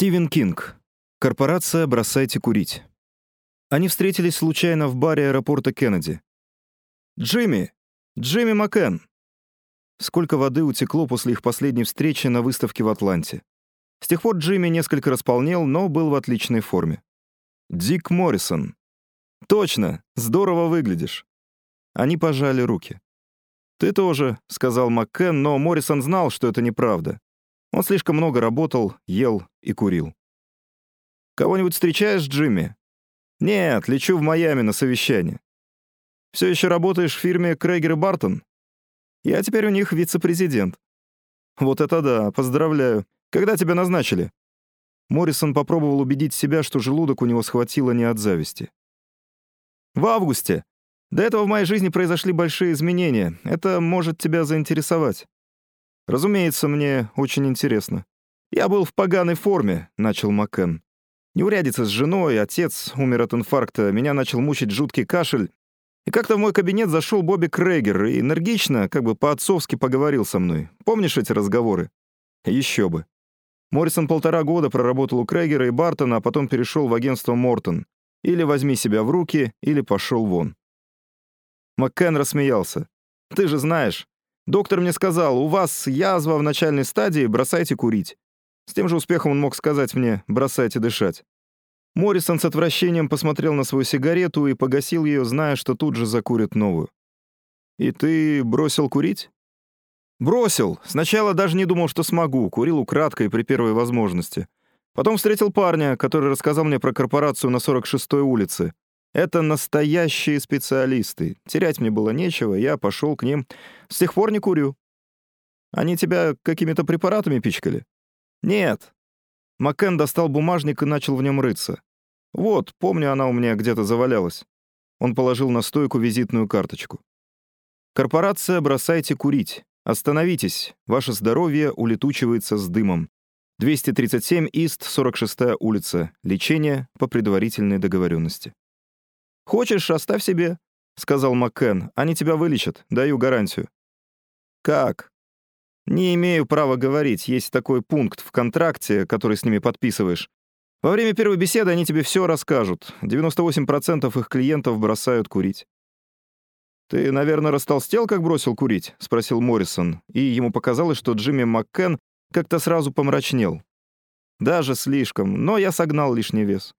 Стивен Кинг. Корпорация «Бросайте курить». Они встретились случайно в баре аэропорта Кеннеди. «Джимми! Джимми Маккен!» Сколько воды утекло после их последней встречи на выставке в Атланте. С тех пор Джимми несколько располнел, но был в отличной форме. «Дик Моррисон!» «Точно! Здорово выглядишь!» Они пожали руки. «Ты тоже», — сказал Маккен, но Моррисон знал, что это неправда. Он слишком много работал, ел и курил. «Кого-нибудь встречаешь, Джимми?» «Нет, лечу в Майами на совещание». «Все еще работаешь в фирме Крейгер и Бартон?» «Я теперь у них вице-президент». «Вот это да, поздравляю. Когда тебя назначили?» Моррисон попробовал убедить себя, что желудок у него схватило не от зависти. «В августе. До этого в моей жизни произошли большие изменения. Это может тебя заинтересовать». «Разумеется, мне очень интересно». «Я был в поганой форме», — начал Маккен. «Неурядица с женой, отец умер от инфаркта, меня начал мучить жуткий кашель. И как-то в мой кабинет зашел Бобби Крейгер и энергично, как бы по-отцовски поговорил со мной. Помнишь эти разговоры?» «Еще бы». Моррисон 1,5 года проработал у Крейгера и Бартона, а потом перешел в агентство Мортон. Или возьми себя в руки, или пошел вон. Маккен рассмеялся. «Ты же знаешь. Доктор мне сказал, у вас язва в начальной стадии, бросайте курить». С тем же успехом он мог сказать мне, бросайте дышать. Моррисон с отвращением посмотрел на свою сигарету и погасил ее, зная, что тут же закурит новую. «И ты бросил курить?» «Бросил. Сначала даже не думал, что смогу. Курил украдкой при первой возможности. Потом встретил парня, который рассказал мне про корпорацию на 46-й улице. Это настоящие специалисты. Терять мне было нечего, я пошел к ним. С тех пор не курю». «Они тебя какими-то препаратами пичкали?» «Нет». Маккен достал бумажник и начал в нем рыться. «Вот, помню, она у меня где-то завалялась». Он положил на стойку визитную карточку. «Корпорация «Бросайте курить». Остановитесь, ваше здоровье улетучивается с дымом. 237 Ист, 46-я улица. Лечение по предварительной договоренности». «Хочешь, оставь себе», — сказал Маккен. «Они тебя вылечат, даю гарантию». «Как?» «Не имею права говорить. Есть такой пункт в контракте, который с ними подписываешь. Во время первой беседы они тебе все расскажут. 98% их клиентов бросают курить». «Ты, наверное, растолстел, как бросил курить?» — спросил Моррисон, и ему показалось, что Джимми Маккен как-то сразу помрачнел. «Даже слишком, но я согнал лишний вес».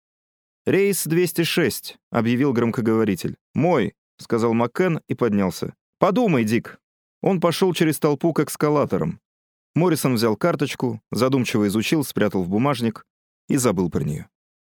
«Рейс 206», — объявил громкоговоритель. «Мой», — сказал Маккен и поднялся. «Подумай, Дик». Он пошел через толпу к эскалаторам. Моррисон взял карточку, задумчиво изучил, спрятал в бумажник и забыл про нее.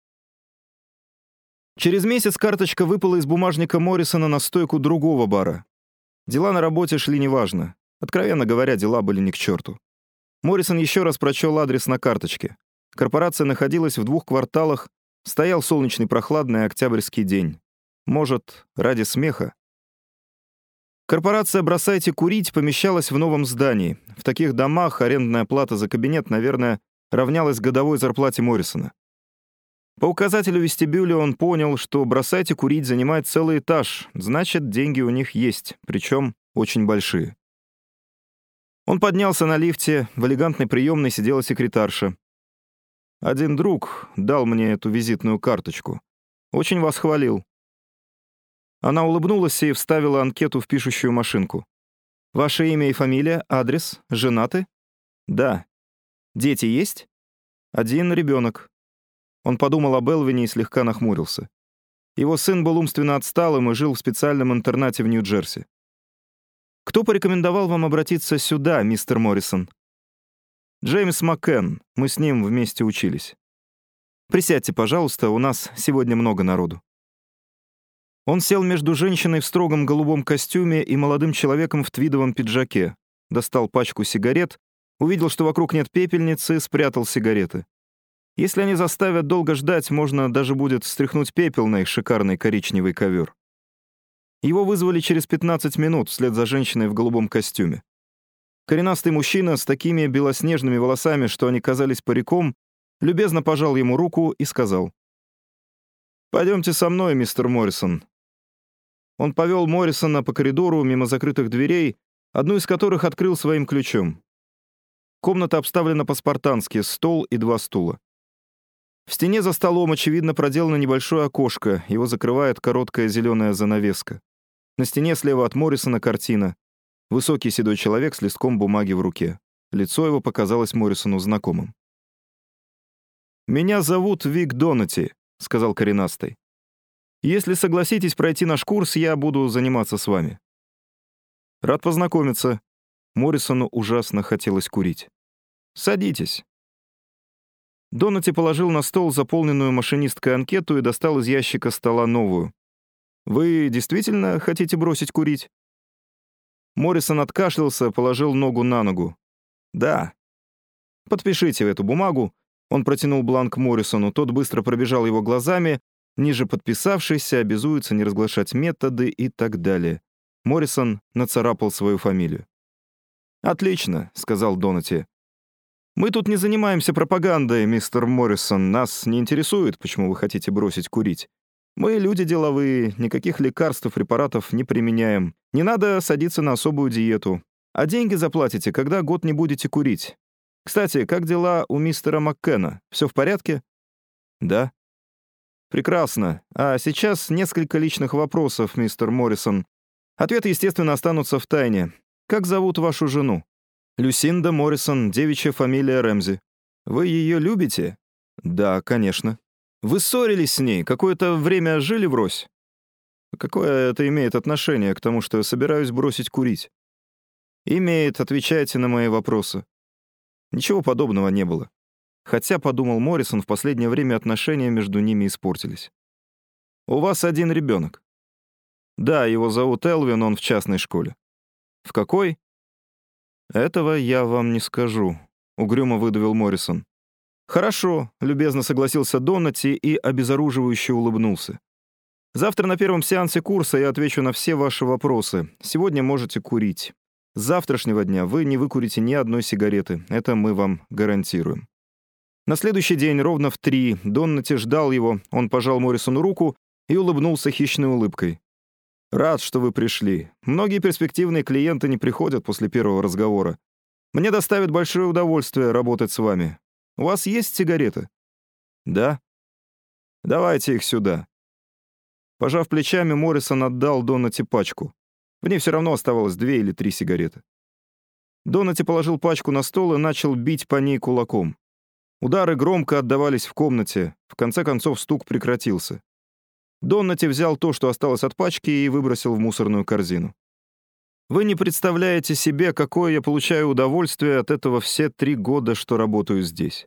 Через месяц карточка выпала из бумажника Моррисона на стойку другого бара. Дела на работе шли неважно. Откровенно говоря, дела были ни к черту. Моррисон еще раз прочел адрес на карточке. Корпорация находилась в 2 кварталах, стоял солнечный прохладный октябрьский день. Может, ради смеха? Корпорация «Бросайте курить» помещалась в новом здании. В таких домах арендная плата за кабинет, наверное, равнялась годовой зарплате Моррисона. По указателю вестибюля он понял, что «Бросайте курить» занимает целый этаж, значит, деньги у них есть, причем очень большие. Он поднялся на лифте, в элегантной приемной сидела секретарша. «Один друг дал мне эту визитную карточку. Очень вас хвалил». Она улыбнулась и вставила анкету в пишущую машинку. «Ваше имя и фамилия, адрес, женаты?» «Да». «Дети есть?» «Один ребенок». Он подумал об Элвине и слегка нахмурился. Его сын был умственно отсталым и жил в специальном интернате в Нью-Джерси. «Кто порекомендовал вам обратиться сюда, мистер Моррисон?» «Джеймс Маккен. Мы с ним вместе учились». «Присядьте, пожалуйста, у нас сегодня много народу». Он сел между женщиной в строгом голубом костюме и молодым человеком в твидовом пиджаке, достал пачку сигарет, увидел, что вокруг нет пепельницы, спрятал сигареты. Если они заставят долго ждать, можно даже будет стряхнуть пепел на их шикарный коричневый ковер. Его вызвали через 15 минут вслед за женщиной в голубом костюме. Коренастый мужчина с такими белоснежными волосами, что они казались париком, любезно пожал ему руку и сказал: «Пойдемте со мной, мистер Моррисон». Он повел Моррисона по коридору мимо закрытых дверей, одну из которых открыл своим ключом. Комната обставлена по-спартански, стол и 2 стула. В стене за столом, очевидно, проделано небольшое окошко, его закрывает короткая зеленая занавеска. На стене слева от Моррисона картина. Высокий седой человек с листком бумаги в руке. Лицо его показалось Моррисону знакомым. «Меня зовут Вик Донати», — сказал коренастый. «Если согласитесь пройти наш курс, я буду заниматься с вами». «Рад познакомиться». Моррисону ужасно хотелось курить. «Садитесь». Донати положил на стол заполненную машинисткой анкету и достал из ящика стола новую. «Вы действительно хотите бросить курить?» Моррисон откашлялся, положил ногу на ногу. «Да». «Подпишите эту бумагу». Он протянул бланк Моррисону, тот быстро пробежал его глазами, ниже подписавшийся обязуется не разглашать методы и так далее. Моррисон нацарапал свою фамилию. «Отлично», — сказал Донати. «Мы тут не занимаемся пропагандой, мистер Моррисон. Нас не интересует, почему вы хотите бросить курить. Мы люди деловые, никаких лекарств и препаратов не применяем. Не надо садиться на особую диету. А деньги заплатите, когда год не будете курить. Кстати, как дела у мистера Маккена? Все в порядке?» «Да». «Прекрасно. А сейчас несколько личных вопросов, мистер Моррисон. Ответы, естественно, останутся в тайне. Как зовут вашу жену?» «Люсинда Моррисон, девичья фамилия Рэмзи». «Вы ее любите?» «Да, конечно». «Вы ссорились с ней? Какое-то время жили врозь?» «Какое это имеет отношение к тому, что я собираюсь бросить курить?» «Имеет, отвечайте на мои вопросы». Ничего подобного не было. Хотя, подумал Моррисон, в последнее время отношения между ними испортились. «У вас один ребенок?» «Да, его зовут Элвин, он в частной школе». «В какой?» «Этого я вам не скажу», — угрюмо выдавил Моррисон. «Хорошо», — любезно согласился Донати и обезоруживающе улыбнулся. «Завтра на первом сеансе курса я отвечу на все ваши вопросы. Сегодня можете курить. С завтрашнего дня вы не выкурите ни одной сигареты. Это мы вам гарантируем». На следующий день ровно в 3 Донати ждал его, он пожал Моррисону руку и улыбнулся хищной улыбкой. «Рад, что вы пришли. Многие перспективные клиенты не приходят после первого разговора. Мне доставит большое удовольствие работать с вами. У вас есть сигареты?» «Да». «Давайте их сюда». Пожав плечами, Моррисон отдал Донати пачку. В ней все равно оставалось 2 или 3 сигареты. Донати положил пачку на стол и начал бить по ней кулаком. Удары громко отдавались в комнате. В конце концов стук прекратился. Донати взял то, что осталось от пачки, и выбросил в мусорную корзину. «Вы не представляете себе, какое я получаю удовольствие от этого все 3 года, что работаю здесь.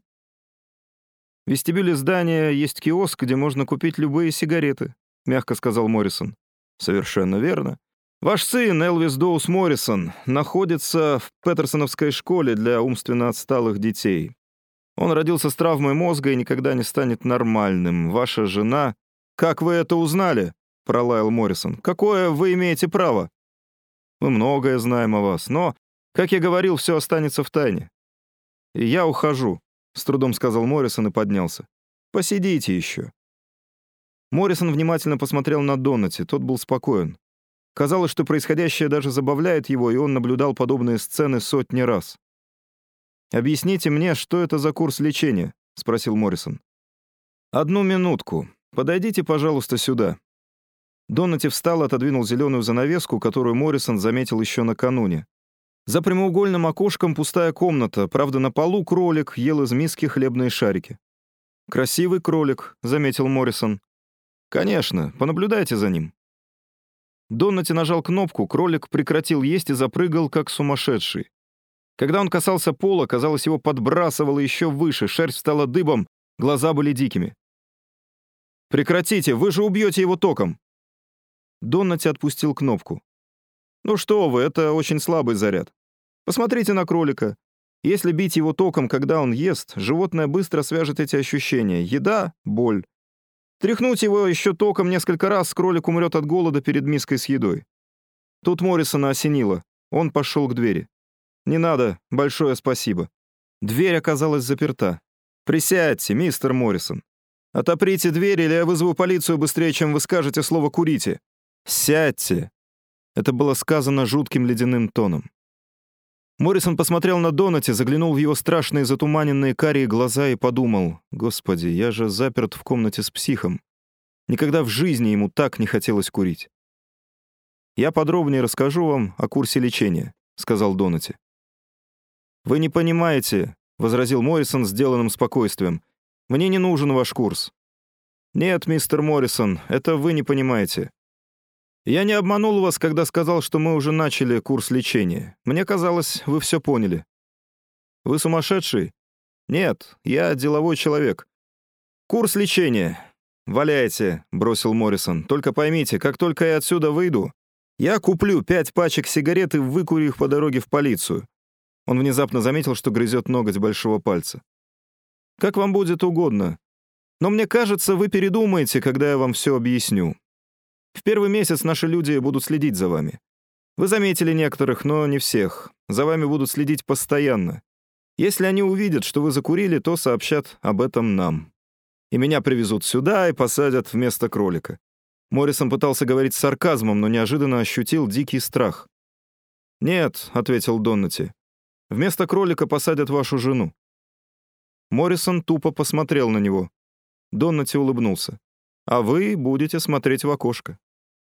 В вестибюле здания есть киоск, где можно купить любые сигареты», — мягко сказал Моррисон. «Совершенно верно. Ваш сын, Элвис Доус Моррисон, находится в Петерсоновской школе для умственно отсталых детей. Он родился с травмой мозга и никогда не станет нормальным. Ваша жена...» «Как вы это узнали?» — пролаял Моррисон. «Какое вы имеете право?» «Мы многое знаем о вас, но, как я говорил, все останется в тайне». «И я ухожу», — с трудом сказал Моррисон и поднялся. «Посидите еще». Моррисон внимательно посмотрел на Донати, тот был спокоен. Казалось, что происходящее даже забавляет его, и он наблюдал подобные сцены сотни раз. «Объясните мне, что это за курс лечения?» — спросил Моррисон. «Одну минутку. Подойдите, пожалуйста, сюда». Донати встал и отодвинул зеленую занавеску, которую Моррисон заметил еще накануне. За прямоугольным окошком пустая комната, правда, на полу кролик ел из миски хлебные шарики. «Красивый кролик», — заметил Моррисон. «Конечно, понаблюдайте за ним». Донати нажал кнопку, кролик прекратил есть и запрыгал, как сумасшедший. Когда он касался пола, казалось, его подбрасывало еще выше, шерсть стала дыбом, глаза были дикими. «Прекратите, вы же убьете его током!» Донати отпустил кнопку. «Ну что вы, это очень слабый заряд. Посмотрите на кролика. Если бить его током, когда он ест, животное быстро свяжет эти ощущения. Еда — боль. Тряхнуть его еще током несколько раз, кролик умрет от голода перед миской с едой». Тут Моррисона осенило. Он пошел к двери. «Не надо, большое спасибо». Дверь оказалась заперта. «Присядьте, мистер Моррисон. Отоприте дверь, или я вызову полицию быстрее, чем вы скажете слово «курите». Сядьте». Это было сказано жутким ледяным тоном. Моррисон посмотрел на Донати, заглянул в его страшные затуманенные карие глаза и подумал: «Господи, я же заперт в комнате с психом. Никогда в жизни ему так не хотелось курить». «Я подробнее расскажу вам о курсе лечения», — сказал Донати. «Вы не понимаете», — возразил Моррисон с сделанным спокойствием. «Мне не нужен ваш курс». «Нет, мистер Моррисон, это вы не понимаете. Я не обманул вас, когда сказал, что мы уже начали курс лечения. Мне казалось, вы все поняли». «Вы сумасшедший?» «Нет, я деловой человек». «Курс лечения. Валяйте», — бросил Моррисон. «Только поймите, как только я отсюда выйду, я куплю 5 пачек сигарет и выкурю их по дороге в полицию». Он внезапно заметил, что грызет ноготь большого пальца. «Как вам будет угодно. Но мне кажется, вы передумаете, когда я вам все объясню. В первый месяц наши люди будут следить за вами. Вы заметили некоторых, но не всех. За вами будут следить постоянно. Если они увидят, что вы закурили, то сообщат об этом нам. И меня привезут сюда и посадят вместо кролика». Моррисон пытался говорить с сарказмом, но неожиданно ощутил дикий страх. «Нет», — ответил Донати. «Вместо кролика посадят вашу жену». Моррисон тупо посмотрел на него. Донати улыбнулся. «А вы будете смотреть в окошко».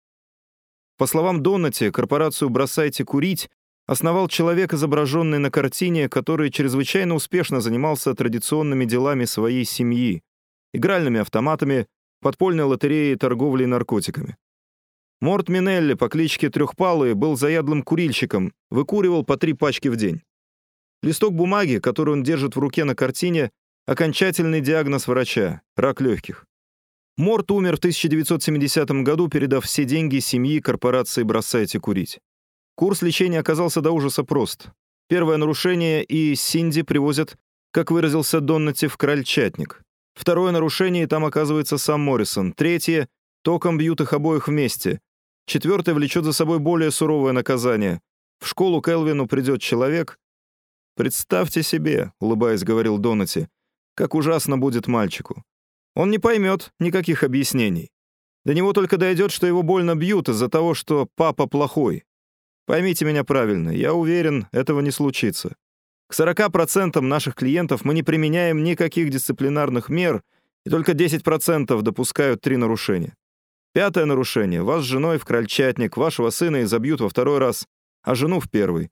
По словам Донати, корпорацию «Бросайте курить» основал человек, изображенный на картине, который чрезвычайно успешно занимался традиционными делами своей семьи, игральными автоматами, подпольной лотереей и торговлей наркотиками. Морт Минелли по кличке Трехпалый был заядлым курильщиком, выкуривал по 3 пачки в день. Листок бумаги, который он держит в руке на картине, окончательный диагноз врача — рак легких. Морт умер в 1970 году, передав все деньги семьи корпорации «Бросайте курить». Курс лечения оказался до ужаса прост. Первое нарушение, и Синди привозят, как выразился Донати, в крольчатник. Второе нарушение, и там оказывается сам Моррисон. Третье — током бьют их обоих вместе. Четвертое влечет за собой более суровое наказание. В школу к Элвину придет человек. «Представьте себе», — улыбаясь, говорил Донати, — «как ужасно будет мальчику. Он не поймет никаких объяснений. До него только дойдет, что его больно бьют из-за того, что папа плохой. Поймите меня правильно, я уверен, этого не случится. К 40% наших клиентов мы не применяем никаких дисциплинарных мер, и только 10% допускают 3 нарушения. 5-е нарушение — вас с женой в крольчатник, вашего сына изобьют во 2-й раз, а жену в 1-й».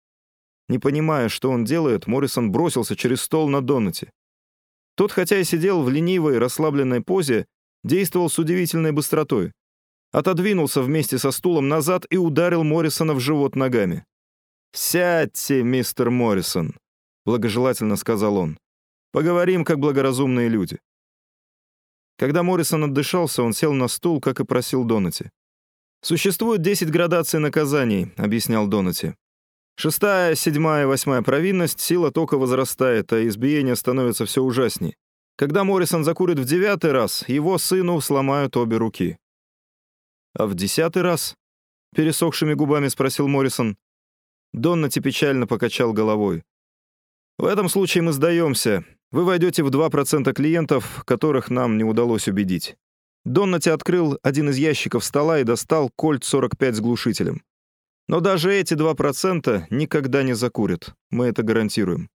Не понимая, что он делает, Моррисон бросился через стол на Донати. Тот, хотя и сидел в ленивой, расслабленной позе, действовал с удивительной быстротой. Отодвинулся вместе со стулом назад и ударил Моррисона в живот ногами. «Сядьте, мистер Моррисон», — благожелательно сказал он. «Поговорим, как благоразумные люди». Когда Моррисон отдышался, он сел на стул, как и просил Донати. «Существует 10 градаций наказаний», — объяснял Донати. 6-я, 7-я и 8-я провинность, сила тока возрастает, а избиение становится все ужасней. Когда Моррисон закурит в 9-й раз, его сыну сломают обе руки. «А в 10-й раз?» — пересохшими губами спросил Моррисон. Донати печально покачал головой. «В этом случае мы сдаемся. Вы войдете в 2% клиентов, которых нам не удалось убедить». Донати открыл один из ящиков стола и достал кольт 45 с глушителем. «Но даже эти 2% никогда не закурят. Мы это гарантируем».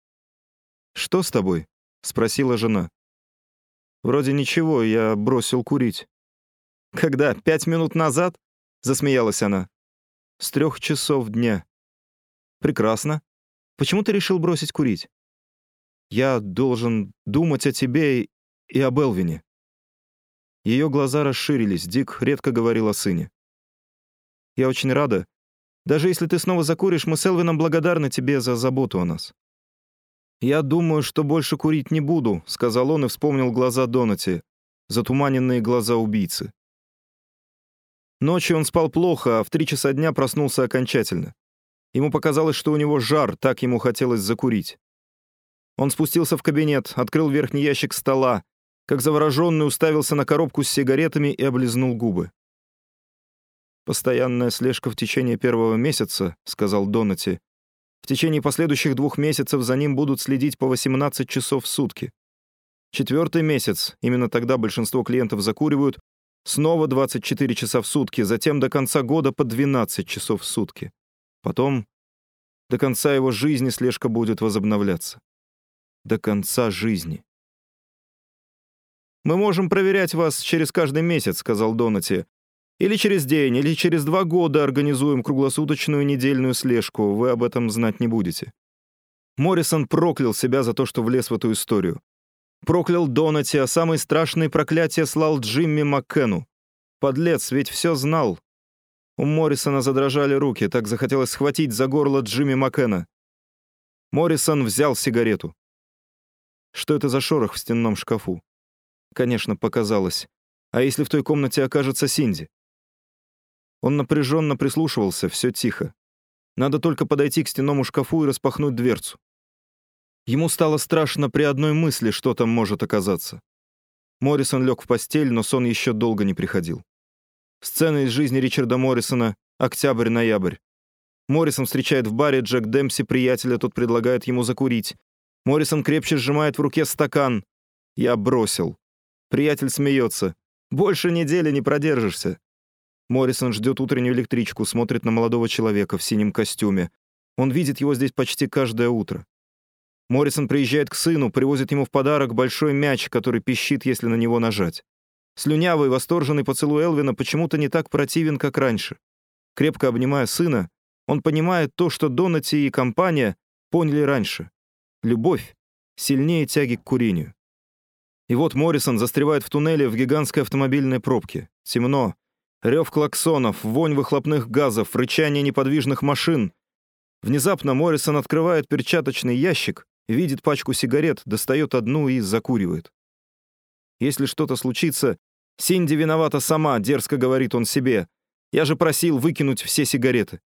«Что с тобой?» — спросила жена. «Вроде ничего, я бросил курить». «Когда? 5 минут назад?» — засмеялась она. «С 3 часов дня». «Прекрасно. Почему ты решил бросить курить?» «Я должен думать о тебе и об Элвине». Ее глаза расширились, Дик редко говорил о сыне. «Я очень рада. Даже если ты снова закуришь, мы с Элвином благодарны тебе за заботу о нас». «Я думаю, что больше курить не буду», — сказал он и вспомнил глаза Донати, затуманенные глаза убийцы. Ночью он спал плохо, а в 3 часа дня проснулся окончательно. Ему показалось, что у него жар, так ему хотелось закурить. Он спустился в кабинет, открыл верхний ящик стола, как завороженный уставился на коробку с сигаретами и облизнул губы. «Постоянная слежка в течение 1-го месяца», — сказал Донати. «В течение последующих 2 месяцев за ним будут следить по 18 часов в сутки. 4-й месяц, именно тогда большинство клиентов закуривают, снова 24 часа в сутки, затем до конца года по 12 часов в сутки. Потом До конца его жизни слежка будет возобновляться. До конца жизни. «Мы можем проверять вас через каждый месяц», — сказал Донати. «Или через день, или через 2 года организуем круглосуточную недельную слежку. Вы об этом знать не будете». Моррисон проклял себя за то, что влез в эту историю. Проклял Донати, а самые страшные проклятия слал Джимми Маккену. Подлец, ведь все знал. У Моррисона задрожали руки, так захотелось схватить за горло Джимми Маккена. Моррисон взял сигарету. Что это за шорох в стенном шкафу? Конечно, показалось. А если в той комнате окажется Синди? Он напряженно прислушивался, все тихо. Надо только подойти к стенному шкафу и распахнуть дверцу. Ему стало страшно при одной мысли, что там может оказаться. Моррисон лег в постель, но сон еще долго не приходил. Сцена из жизни Ричарда Моррисона, октябрь-ноябрь. Моррисон встречает в баре Джек Демпси приятеля, тот предлагает ему закурить. Моррисон крепче сжимает в руке стакан. «Я бросил». Приятель смеется. «Больше недели не продержишься». Моррисон ждет утреннюю электричку, смотрит на молодого человека в синем костюме. Он видит его здесь почти каждое утро. Моррисон приезжает к сыну, привозит ему в подарок большой мяч, который пищит, если на него нажать. Слюнявый, восторженный поцелуй Элвина почему-то не так противен, как раньше. Крепко обнимая сына, он понимает то, что Донати и компания поняли раньше. Любовь сильнее тяги к курению. И вот Моррисон застревает в туннеле в гигантской автомобильной пробке. Темно. Рев клаксонов, вонь выхлопных газов, рычание неподвижных машин. Внезапно Моррисон открывает перчаточный ящик, видит пачку сигарет, достает одну и закуривает. Если что-то случится, Синди виновата сама, дерзко говорит он себе. Я же просил выкинуть все сигареты.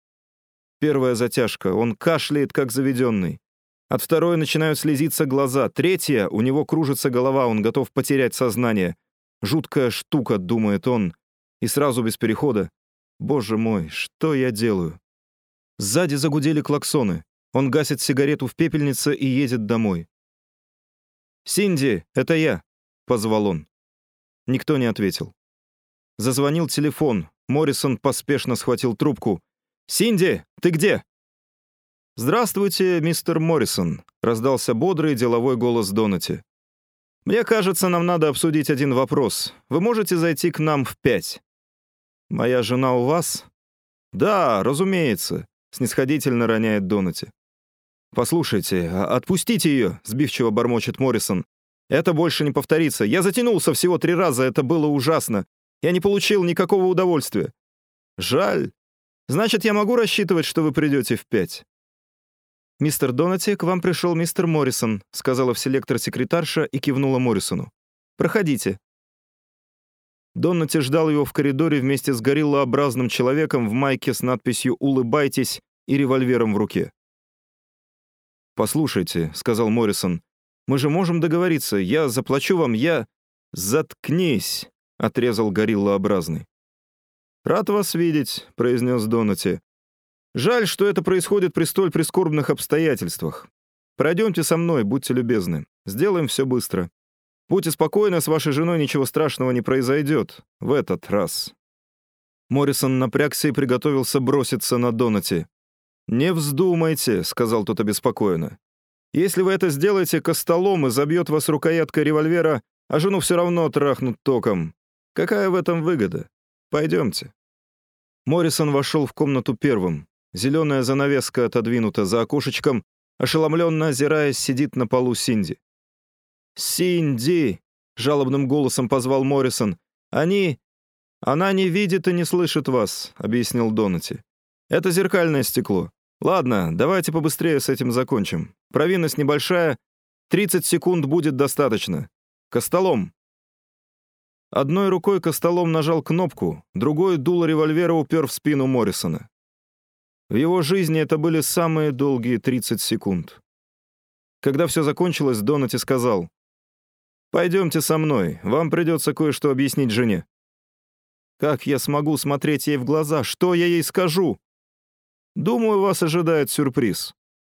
Первая затяжка. Он кашляет, как заведенный. От второй начинают слезиться глаза. Третья, у него кружится голова, он готов потерять сознание. Жуткая штука, думает он. И сразу без перехода. Боже мой, что я делаю? Сзади загудели клаксоны. Он гасит сигарету в пепельнице и едет домой. «Синди, это я», — позвал он. Никто не ответил. Зазвонил телефон. Моррисон поспешно схватил трубку. «Синди, ты где?» «Здравствуйте, мистер Моррисон», — раздался бодрый деловой голос Донати. «Мне кажется, нам надо обсудить один вопрос. Вы можете зайти к нам в 5?» «Моя жена у вас?» «Да, разумеется», — снисходительно роняет Донати. «Послушайте, отпустите ее», — сбивчиво бормочет Моррисон. «Это больше не повторится. Я затянулся всего 3 раза, это было ужасно. Я не получил никакого удовольствия». «Жаль. Значит, я могу рассчитывать, что вы придете в 5?» «Мистер Донати, к вам пришел мистер Моррисон», — сказала в селектор секретарша и кивнула Моррисону. «Проходите». Донати ждал его в коридоре вместе с гориллообразным человеком в майке с надписью «Улыбайтесь» и револьвером в руке. «Послушайте», — сказал Моррисон, — «мы же можем договориться. Я заплачу вам, я...» «Заткнись», — отрезал гориллообразный. «Рад вас видеть», — произнес Донати. «Жаль, что это происходит при столь прискорбных обстоятельствах. Пройдемте со мной, будьте любезны. Сделаем все быстро. Будьте спокойны, с вашей женой ничего страшного не произойдет. В этот раз». Моррисон напрягся и приготовился броситься на Донати. «Не вздумайте», — сказал тот обеспокоенно. «Если вы это сделаете, костолом и забьет вас рукояткой револьвера, а жену все равно трахнут током. Какая в этом выгода? Пойдемте». Моррисон вошел в комнату первым. Зеленая занавеска отодвинута за окошечком, ошеломленно озираясь, сидит на полу Синди. «Синди!» — жалобным голосом позвал Моррисон. «Она не видит и не слышит вас», — объяснил Донати. «Это зеркальное стекло. Ладно, давайте побыстрее с этим закончим. Провинность небольшая, 30 секунд будет достаточно. Костолом». Одной рукой Костолом нажал кнопку, другой дуло револьвера упер в спину Моррисона. В его жизни это были самые долгие 30 секунд. Когда все закончилось, Донати сказал: «Пойдемте со мной, вам придется кое-что объяснить жене». «Как я смогу смотреть ей в глаза? Что я ей скажу?» «Думаю, вас ожидает сюрприз».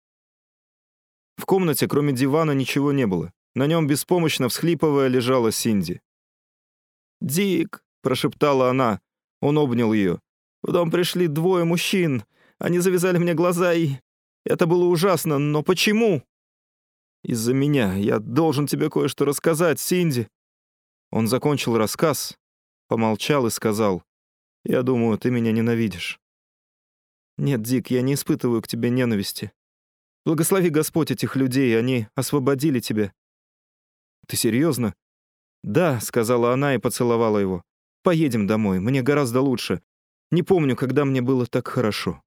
В комнате, кроме дивана, ничего не было. На нем, беспомощно всхлипывая, лежала Синди. «Дик», — прошептала она. Он обнял ее. «В дом пришли 2 мужчин. Они завязали мне глаза и...» Это было ужасно, но почему? Из-за меня. Я должен тебе кое-что рассказать, Синди. Он закончил рассказ, помолчал и сказал: «Я думаю, ты меня ненавидишь». «Нет, Дик, я не испытываю к тебе ненависти. Благослови Господь этих людей, они освободили тебя». «Ты серьезно?» «Да», — сказала она и поцеловала его. «Поедем домой, мне гораздо лучше. Не помню, когда мне было так хорошо».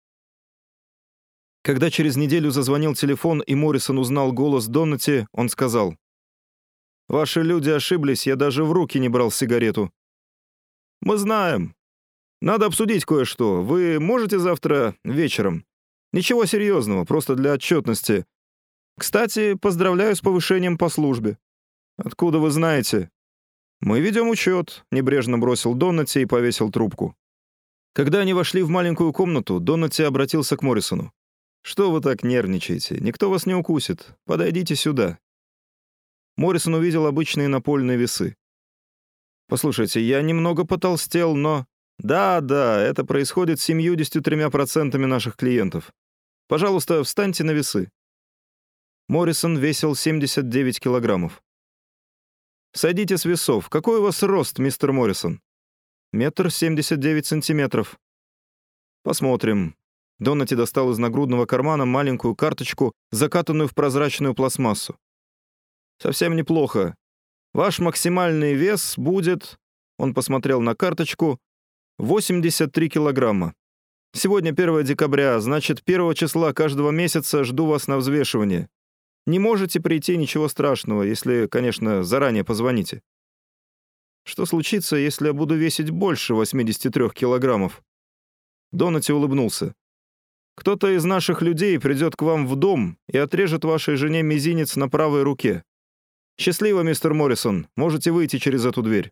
Когда через неделю зазвонил телефон и Моррисон узнал голос Доннати, он сказал: «Ваши люди ошиблись, я даже в руки не брал сигарету». «Мы знаем. Надо обсудить кое-что. Вы можете завтра вечером? Ничего серьезного, просто для отчетности. Кстати, поздравляю с повышением по службе». «Откуда вы знаете?» «Мы ведем учет», — небрежно бросил Доннати и повесил трубку. Когда они вошли в маленькую комнату, Доннати обратился к Моррисону. «Что вы так нервничаете? Никто вас не укусит. Подойдите сюда». Моррисон увидел обычные напольные весы. «Послушайте, я немного потолстел, но...» «Да, это происходит с 73% наших клиентов. Пожалуйста, встаньте на весы». Моррисон весил 79 килограммов. «Сойдите с весов. Какой у вас рост, мистер Моррисон?» 1,79 сантиметров. «Посмотрим». Доннати достал из нагрудного кармана маленькую карточку, закатанную в прозрачную пластмассу. «Совсем неплохо. Ваш максимальный вес будет...» Он посмотрел на карточку. 83 килограмма. Сегодня 1 декабря, значит, 1 числа каждого месяца жду вас на взвешивание. Не можете прийти, ничего страшного, если, конечно, заранее позвоните. Что случится, если я буду весить больше 83 килограммов? Доннати улыбнулся. Кто-то из наших людей придет к вам в дом и отрежет вашей жене мизинец на правой руке. Счастливо, мистер Моррисон, можете выйти через эту дверь.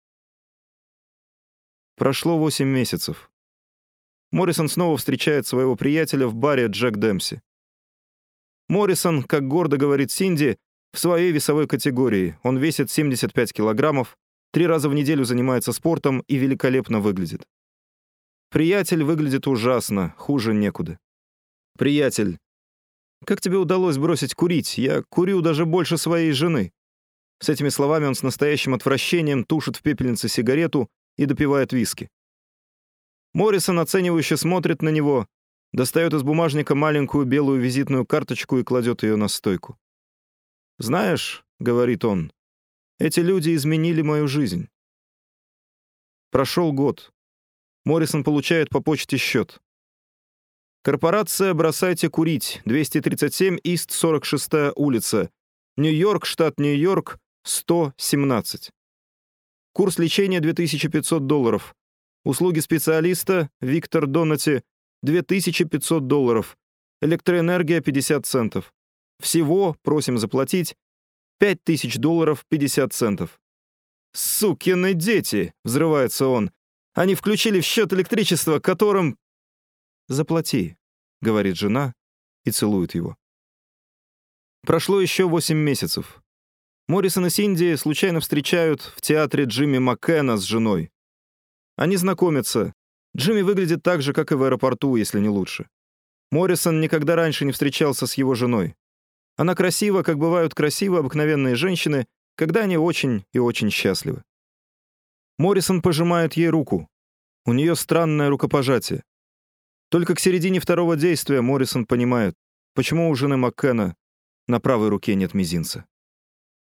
Прошло 8 месяцев. Моррисон снова встречает своего приятеля в баре Джек Демпси. Моррисон, как гордо говорит Синди, в своей весовой категории. Он весит 75 килограммов, 3 раза в неделю занимается спортом и великолепно выглядит. Приятель выглядит ужасно, хуже некуда. «Приятель, как тебе удалось бросить курить? Я курю даже больше своей жены». С этими словами он с настоящим отвращением тушит в пепельнице сигарету и допивает виски. Моррисон оценивающе смотрит на него, достает из бумажника маленькую белую визитную карточку и кладет ее на стойку. «Знаешь, — говорит он, — эти люди изменили мою жизнь». Прошел год. Моррисон получает по почте счет. Корпорация «Бросайте курить», 237 Ист 46-я улица, Нью-Йорк, штат Нью-Йорк, 117. Курс лечения $2500. Услуги специалиста Виктор Доннати $2500. Электроэнергия 50 центов. Всего, просим заплатить, $5000 50 центов. «Сукины дети!» — взрывается он. «Они включили в счет электричество, которым...» «Заплати», — говорит жена и целует его. Прошло еще 8 месяцев. Моррисон и Синди случайно встречают в театре Джимми Маккена с женой. Они знакомятся. Джимми выглядит так же, как и в аэропорту, если не лучше. Моррисон никогда раньше не встречался с его женой. Она красива, как бывают красивы обыкновенные женщины, когда они очень и очень счастливы. Моррисон пожимает ей руку. У нее странное рукопожатие. Только к середине второго действия Моррисон понимает, почему у жены Маккена на правой руке нет мизинца.